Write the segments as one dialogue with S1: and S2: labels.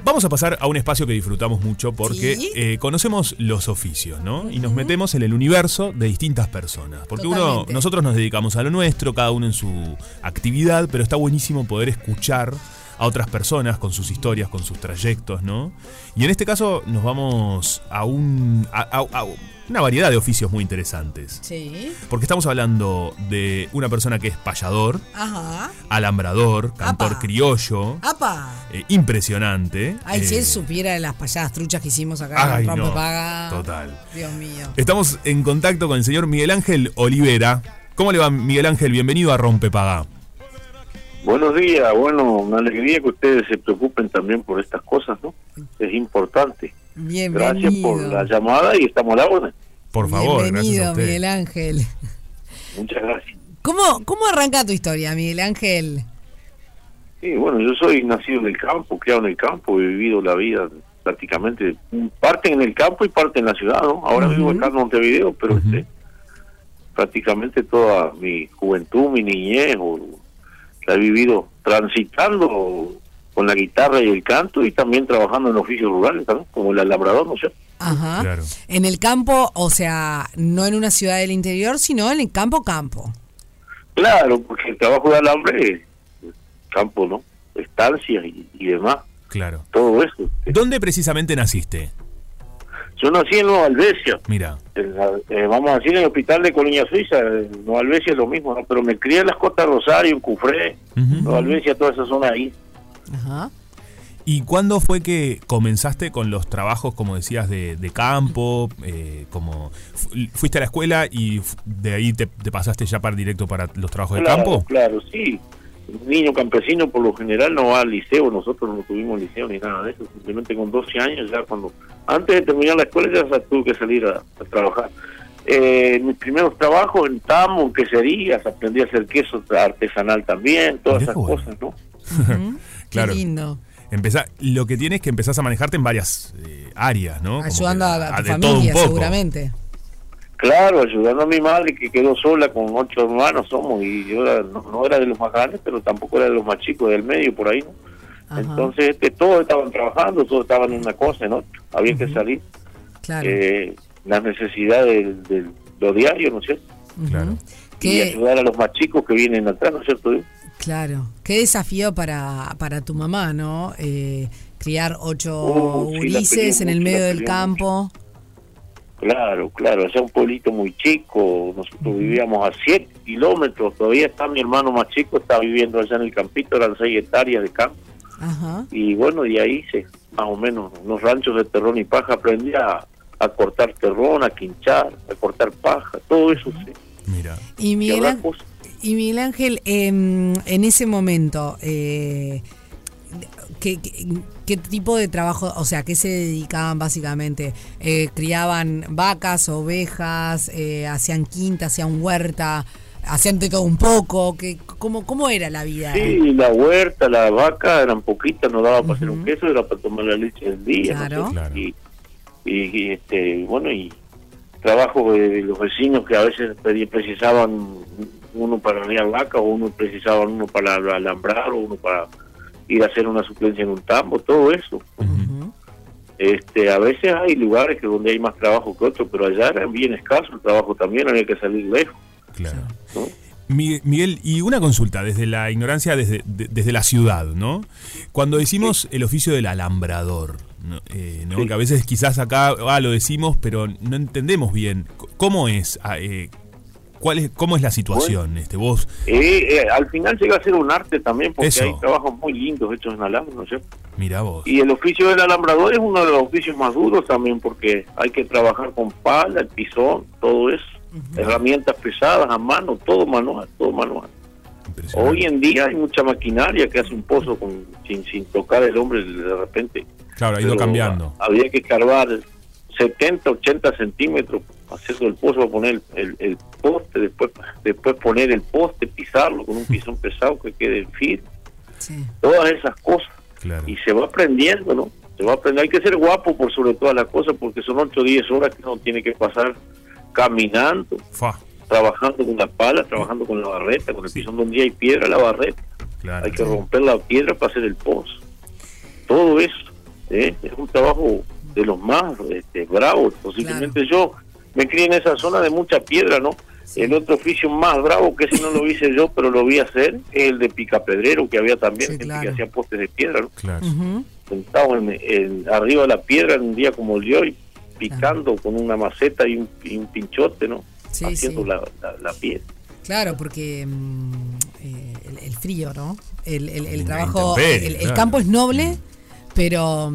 S1: vamos a pasar a un espacio que disfrutamos mucho porque
S2: ¿Sí?
S1: Conocemos los oficios, ¿no? Y nos metemos en el universo de distintas personas. Porque nosotros nos dedicamos a lo nuestro, cada uno en su actividad, pero está buenísimo poder escuchar a otras personas con sus historias, con sus trayectos, ¿no? Y en este caso nos vamos a una variedad de oficios muy interesantes.
S2: Sí.
S1: Porque estamos hablando de una persona que es payador,
S2: Ajá.
S1: alambrador, cantor
S2: ¡Apa!
S1: criollo,
S2: ¡Apa!
S1: Impresionante.
S2: Ay, si él supiera de las payadas truchas que hicimos acá en Rompepaga.
S1: Total.
S2: Dios mío.
S1: Estamos en contacto con el señor Miguel Ángel Olivera. ¿Cómo le va, Miguel Ángel? Bienvenido a Rompepaga.
S3: Buenos días, bueno, me alegría que ustedes se preocupen también por estas cosas, ¿no? Es importante.
S2: Bienvenido.
S3: Gracias por la llamada y estamos a la orden.
S1: Por favor,
S2: bienvenido,
S1: gracias a usted.
S2: Miguel Ángel.
S3: Muchas gracias.
S2: ¿Cómo arranca tu historia, Miguel Ángel?
S3: Sí, bueno, yo soy nacido en el campo, criado en el campo, he vivido la vida prácticamente, parte en el campo y parte en la ciudad, ¿no? Ahora vivo acá en Montevideo, pero prácticamente toda mi juventud, mi niñez, la he vivido transitando con la guitarra y el canto y también trabajando en oficios rurales, ¿no? Como el alambrador, ¿no sé?
S2: Ajá.
S1: Claro.
S2: En el campo, o sea, no en una ciudad del interior, sino en el campo.
S3: Claro, porque el trabajo de alambre es campo, ¿no? Estancias y demás,
S1: Claro.
S3: todo eso.
S1: ¿Dónde precisamente naciste?
S3: Yo nací en Nueva Albesia,
S1: Mira.
S3: vamos a decir en el hospital de Colonia Suiza, en Nueva Albesia es lo mismo, ¿no? Pero me crié en las costas de Rosario, en Cufré, Nueva Albesia, toda esa zona ahí.
S2: Ajá.
S1: ¿Y cuándo fue que comenzaste con los trabajos, como decías, de campo? ¿Fuiste a la escuela y de ahí te pasaste ya directo para los trabajos de campo?
S3: Claro, sí. Un niño campesino por lo general no va al liceo, nosotros no tuvimos liceo ni nada de eso, simplemente con 12 años ya antes de terminar la escuela ya tuve que salir a trabajar. Mis primeros trabajos en tamo, en queserías, aprendí a hacer queso artesanal también, todas esas cosas, ¿no?
S1: Claro.
S2: Qué lindo.
S1: Lo que tienes es que empezás a manejarte en varias áreas, ¿no?
S2: Ayudando a tu
S1: de todo un
S2: familia,
S1: poco.
S2: seguramente.
S3: Claro, ayudando a mi madre que quedó sola con 8 hermanos somos y yo no era de los más grandes, pero tampoco era de los más chicos, del medio por ahí, ¿no?
S2: Ajá.
S3: Entonces todos estaban trabajando, todos estaban en una cosa, ¿no? Había que salir.
S2: Claro.
S3: Las necesidades de lo diario, ¿no es cierto?
S1: Claro.
S3: Y ayudar a los más chicos que vienen atrás, ¿no es cierto?
S2: Claro. Qué desafío para tu mamá, ¿no? Criar 8 gurises en el medio del campo.
S3: Claro, o sea, un pueblito muy chico, nosotros vivíamos a 7 kilómetros, todavía está mi hermano más chico, está viviendo allá en el campito, eran 6 hectáreas de campo.
S2: Ajá.
S3: Y bueno, y ahí más o menos, unos ranchos de terrón y paja, aprendí a cortar terrón, a quinchar, a cortar paja, todo eso, sí.
S1: Mira.
S2: Y Miguel Ángel, en ese momento, ¿qué tipo de trabajo, o sea, qué se dedicaban básicamente? ¿Criaban vacas, ovejas, hacían quinta, hacían huerta, hacían de todo un poco? ¿Cómo era la vida?
S3: Sí, la huerta, la vaca eran poquitas, no daba para hacer un queso, era para tomar la leche del día.
S2: Claro.
S3: ¿no?
S1: Claro.
S3: Y bueno, y trabajo de los vecinos que a veces precisaban uno para criar vaca, o uno precisaban uno para alambrar, o uno para ir a hacer una suplencia en un tambo, todo eso. A veces hay lugares donde hay más trabajo que otros, pero allá era bien escaso el trabajo también, había que salir lejos.
S1: Claro.
S3: ¿No?
S1: Miguel, y una consulta desde la ignorancia, desde la ciudad, ¿no? Cuando decimos el oficio del alambrador, ¿no?
S3: Sí.
S1: Que a veces quizás acá lo decimos, pero no entendemos bien. ¿Cómo es? ¿Cómo es la situación?
S3: Bueno,
S1: Vos.
S3: al final llega a ser un arte también, porque
S1: Eso.
S3: hay trabajos muy lindos hechos en alambre, ¿no es cierto?
S1: Mirá vos.
S3: Y el oficio del alambrador es uno de los oficios más duros también, porque hay que trabajar con pala, el pisón, todo eso. Herramientas pesadas a mano, todo manual.
S1: Impresionante.
S3: Hoy en día hay mucha maquinaria que hace un pozo sin tocar el hombre de repente.
S1: Claro, ha ido
S3: Pero
S1: cambiando.
S3: Había que escarbar 70, 80 centímetros haciendo el pozo para poner el poste, después poner el poste, pisarlo con un pisón pesado que quede firme.
S2: Sí.
S3: Todas esas cosas.
S1: Claro.
S3: Y se va aprendiendo, ¿no? Se va aprendiendo. Hay que ser guapo por sobre todas las cosas, porque son 8 o 10 horas que uno tiene que pasar caminando, trabajando con la pala, trabajando con la barreta, con el pisón donde hay piedra, la barreta.
S1: Claro.
S3: Hay que romper la piedra para hacer el pozo. Todo eso. Es un trabajo de los más bravos. Posiblemente yo me crié en esa zona de mucha piedra, ¿no? Sí. El otro oficio más bravo, que ese no lo hice yo, pero lo vi hacer, es el de picapedrero, que había también gente que hacía postes de piedra, ¿no?
S1: Claro.
S3: Sentado arriba de la piedra en un día como el de hoy, picando con una maceta y un pinchote, ¿no?
S2: Sí,
S3: haciendo
S2: sí.
S3: la piedra.
S2: Claro, porque el frío, ¿no? El trabajo, el campo es noble, pero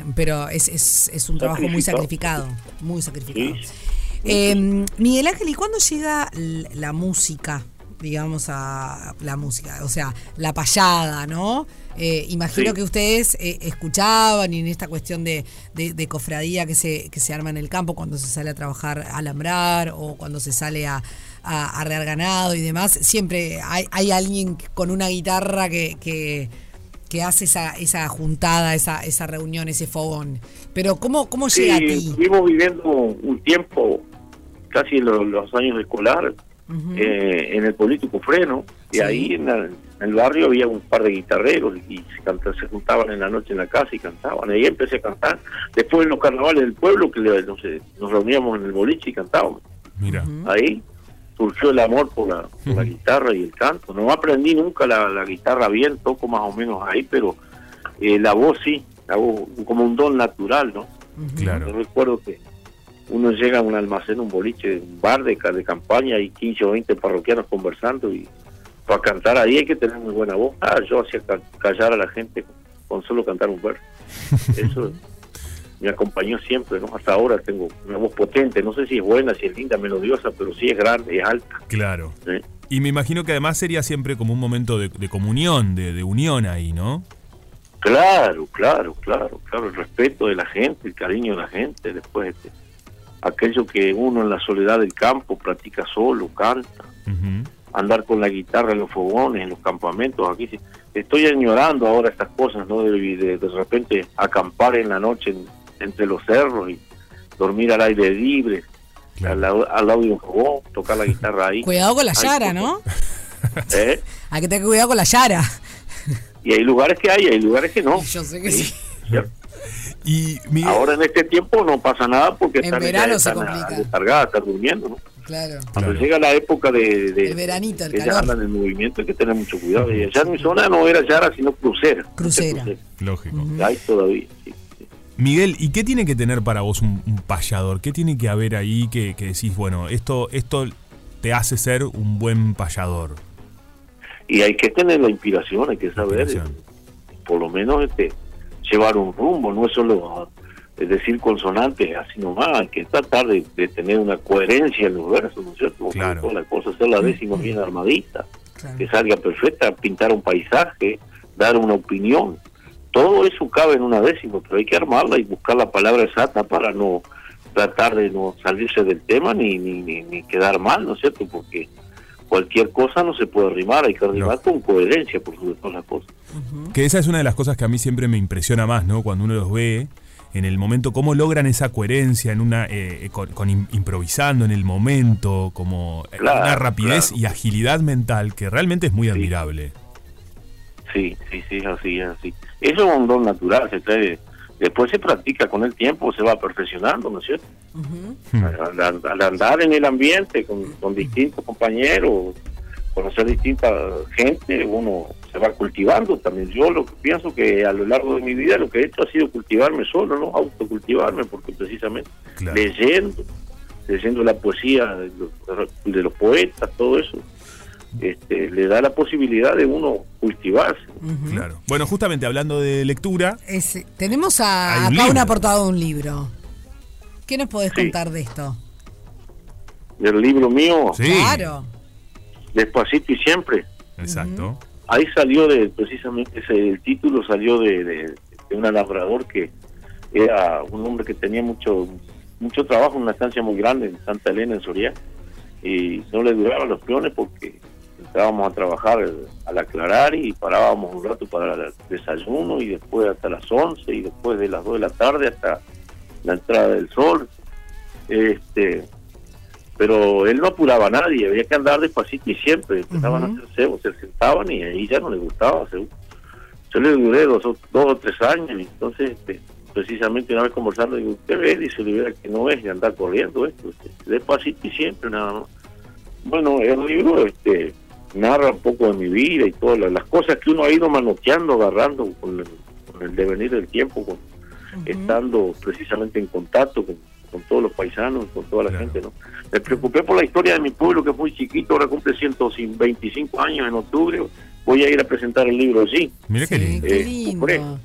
S2: es un trabajo muy sacrificado, muy sacrificado.
S3: Sí.
S2: Miguel Ángel, ¿y cuándo llega la música? Digamos, a la música, o sea, la payada, ¿no? Imagino que ustedes escuchaban, y en esta cuestión de cofradía que se arma en el campo cuando se sale a trabajar a alambrar o cuando se sale a arrear ganado y demás, siempre hay alguien con una guitarra que hace esa juntada, esa reunión, ese fogón. Pero ¿cómo llega a ti?
S3: Estuvimos viviendo un tiempo, casi los años escolares, en el Político Freno, y ahí en el barrio había un par de guitarreros y se juntaban en la noche en la casa y cantaban. Ahí empecé a cantar. Después en los carnavales del pueblo, que nos reuníamos en el boliche y cantábamos.
S1: Mira.
S3: Ahí surgió el amor por la guitarra y el canto. No aprendí nunca la guitarra bien, toco más o menos ahí, pero la voz sí, la voz como un don natural, ¿no?
S1: Claro.
S3: Yo recuerdo que uno llega a un almacén, un boliche, un bar de campaña, y 15 o 20 parroquianos conversando, y para cantar ahí hay que tener muy buena voz. Yo hacía callar a la gente con solo cantar un verso. Eso me acompañó siempre, ¿no? Hasta ahora tengo una voz potente, no sé si es buena, si es linda, melodiosa, pero sí es grande, es alta.
S1: Claro. ¿Sí? Y me imagino que además sería siempre como un momento de comunión, de unión ahí, ¿no?
S3: Claro, el respeto de la gente, el cariño de la gente, después aquello que uno en la soledad del campo practica solo, canta, andar con la guitarra en los fogones, en los campamentos. Aquí estoy añorando ahora estas cosas, ¿no? De repente acampar en la noche entre los cerros y dormir al aire libre, claro. al lado de un fogón, tocar la guitarra ahí.
S2: Cuidado con la yara, ¿no? Hay que tener cuidado con la yara.
S3: Y hay lugares que hay lugares que no.
S2: Yo sé que sí.
S1: Y
S3: ahora en este tiempo no pasa nada porque
S2: en verano se complica.
S3: Descargada, están durmiendo, ¿no?
S2: Claro.
S3: Cuando llega la época
S2: el veranito, el
S3: que
S2: calor.
S3: ya andan en movimiento, hay que tener mucho cuidado. Y allá en mi zona no era yara, sino crucera.
S1: Lógico.
S3: Hay todavía, sí.
S1: Miguel, ¿y qué tiene que tener para vos un payador? ¿Qué tiene que haber ahí que decís, bueno, esto te hace ser un buen payador?
S3: Y hay que tener la inspiración, hay que saber, por lo menos llevar un rumbo, no es solo decir consonantes así nomás, hay que tratar de tener una coherencia en los versos, ¿no es cierto?
S1: Claro.
S3: Toda la cosa, hacer la décima bien armadita, que salga perfecta, pintar un paisaje, dar una opinión, todo eso cabe en una décima, pero hay que armarla y buscar la palabra exacta para no tratar de no salirse del tema ni quedar mal, ¿no es cierto? Porque cualquier cosa no se puede rimar, hay que rimar con coherencia por sobre todas las cosas.
S1: Que esa es una de las cosas que a mí siempre me impresiona más, ¿no? Cuando uno los ve en el momento, cómo logran esa coherencia en una improvisando en el momento, como una rapidez y agilidad mental que realmente es muy admirable. Sí,
S3: así. Eso es un don natural, después se practica con el tiempo, se va perfeccionando, ¿no es cierto? Al andar en el ambiente con distintos compañeros, conocer distinta gente, uno se va cultivando también. Yo lo que pienso que a lo largo de mi vida lo que he hecho ha sido cultivarme solo, ¿no? Autocultivarme, porque precisamente leyendo la poesía de los poetas, todo eso, le da la posibilidad de uno cultivarse.
S1: Claro. Bueno, justamente hablando de lectura,
S2: tenemos acá una portada de un libro. ¿Qué nos podés contar de esto?
S3: ¿Del libro mío?
S1: Sí.
S2: Claro.
S3: Despacito y siempre.
S1: Exacto.
S3: Ahí salió precisamente el título salió de un narrador que era un hombre que tenía mucho trabajo en una estancia muy grande en Santa Elena, en Soria, y no le duraban los peones porque entrábamos a trabajar al aclarar y parábamos un rato para el desayuno y después hasta las 11 y después de las 2 de la tarde hasta la entrada del sol. Pero él no apuraba a nadie, había que andar despacito y siempre empezaban a hacer cebo, se sentaban y ahí ya no les gustaba. Yo le duré 2 o 3 años y entonces precisamente una vez conversando, digo, usted ve, dice Olivera, que no es de andar corriendo esto, despacito y siempre, nada más. Bueno, el libro narra un poco de mi vida y todas las cosas que uno ha ido manoteando, agarrando con el devenir del tiempo, estando precisamente en contacto con todos los paisanos, con toda la gente, ¿no? Me preocupé por la historia de mi pueblo, que es muy chiquito, ahora cumple 125 años en octubre, voy a ir a presentar el libro, sí.
S1: Mira qué lindo.
S2: Qué lindo.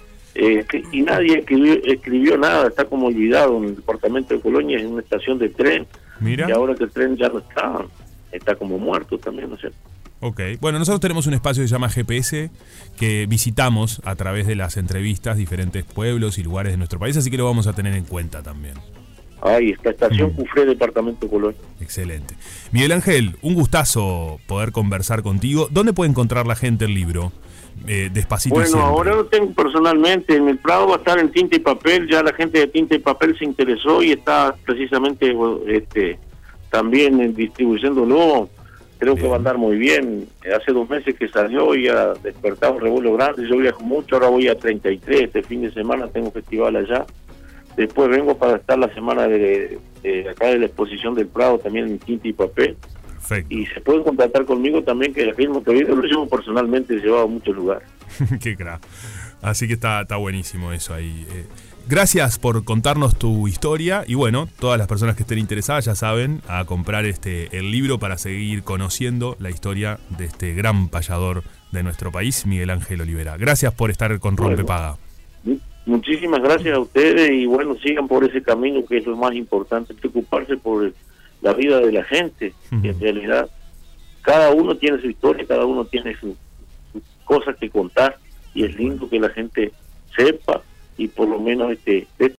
S3: Y nadie escribió nada, está como olvidado en el departamento de Colonia, en una estación de tren.
S1: Mira.
S3: Y ahora que el tren ya no está como muerto también, ¿no sé?
S1: Ok, bueno, nosotros tenemos un espacio que se llama GPS, que visitamos a través de las entrevistas diferentes pueblos y lugares de nuestro país, así que lo vamos a tener en cuenta también.
S3: Ahí está, estación Cufré, departamento de Colonia.
S1: Excelente. Miguel Ángel, un gustazo poder conversar contigo. ¿Dónde puede encontrar la gente el libro? Despacito.
S3: Bueno, ahora lo tengo personalmente, en el Prado va a estar en Tinta y Papel, ya la gente de Tinta y Papel se interesó y está precisamente también distribuyéndolo. Creo que va a andar muy bien. Hace 2 meses que salió y ha despertado un revuelo grande. Yo viajo mucho, ahora voy a 33. Este fin de semana tengo festival allá. Después vengo para estar la semana de acá de la exposición del Prado, también en Tinta y Papel.
S1: Perfecto.
S3: Y se pueden contactar conmigo también, que aquí en Montevideo lo llevo personalmente, llevado a muchos lugares.
S1: Qué crack. Así que está buenísimo eso ahí. Gracias por contarnos tu historia y bueno, todas las personas que estén interesadas ya saben a comprar el libro para seguir conociendo la historia de este gran payador de nuestro país, Miguel Ángel Olivera. Gracias por estar con Rompepaga.
S3: Muchísimas gracias a ustedes y bueno, sigan por ese camino que es lo más importante, preocuparse por la vida de la gente, que en realidad cada uno tiene su historia, cada uno tiene sus cosas que contar y es lindo que la gente sepa y por lo menos